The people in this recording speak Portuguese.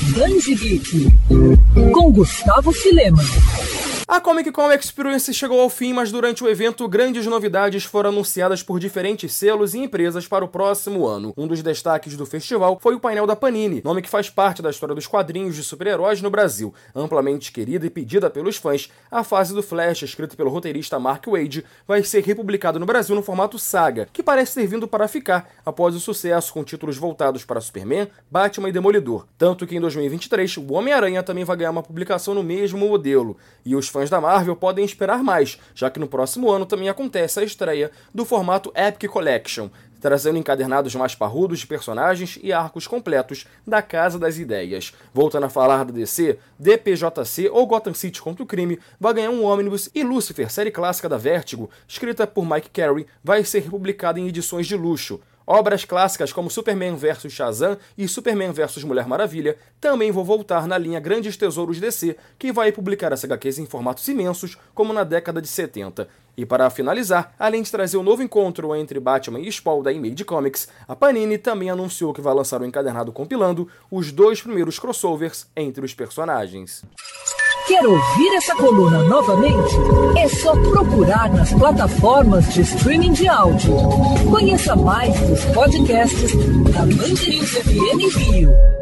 Danji Geek, com Gustavo Filema. A Comic Con Experience chegou ao fim, mas durante o evento grandes novidades foram anunciadas por diferentes selos e empresas para o próximo ano. Um dos destaques do festival foi o painel da Panini, nome que faz parte da história dos quadrinhos de super-heróis no Brasil. Amplamente querida e pedida pelos fãs, a fase do Flash, escrita pelo roteirista Mark Waid, vai ser republicado no Brasil no formato saga, que parece ter vindo para ficar após o sucesso com títulos voltados para Superman, Batman e Demolidor. Tanto que em 2023, o Homem-Aranha também vai ganhar uma publicação no mesmo modelo. E os fãs da Marvel podem esperar mais, já que no próximo ano também acontece a estreia do formato Epic Collection, trazendo encadernados mais parrudos de personagens e arcos completos da Casa das Ideias. Voltando a falar da DC, DPJC ou Gotham City contra o Crime vai ganhar um ônibus e Lucifer, série clássica da Vertigo, escrita por Mike Carey, vai ser republicada em edições de luxo. Obras clássicas como Superman vs Shazam e Superman vs Mulher Maravilha também vão voltar na linha Grandes Tesouros DC, que vai publicar as HQs em formatos imensos, como na década de 70. E para finalizar, além de trazer um novo encontro entre Batman e Spawn da Image Comics, a Panini também anunciou que vai lançar um encadernado compilando os 2 primeiros crossovers entre os personagens. Quer ouvir essa coluna novamente? É só procurar nas plataformas de streaming de áudio. Conheça mais dos podcasts da Band News FM Rio.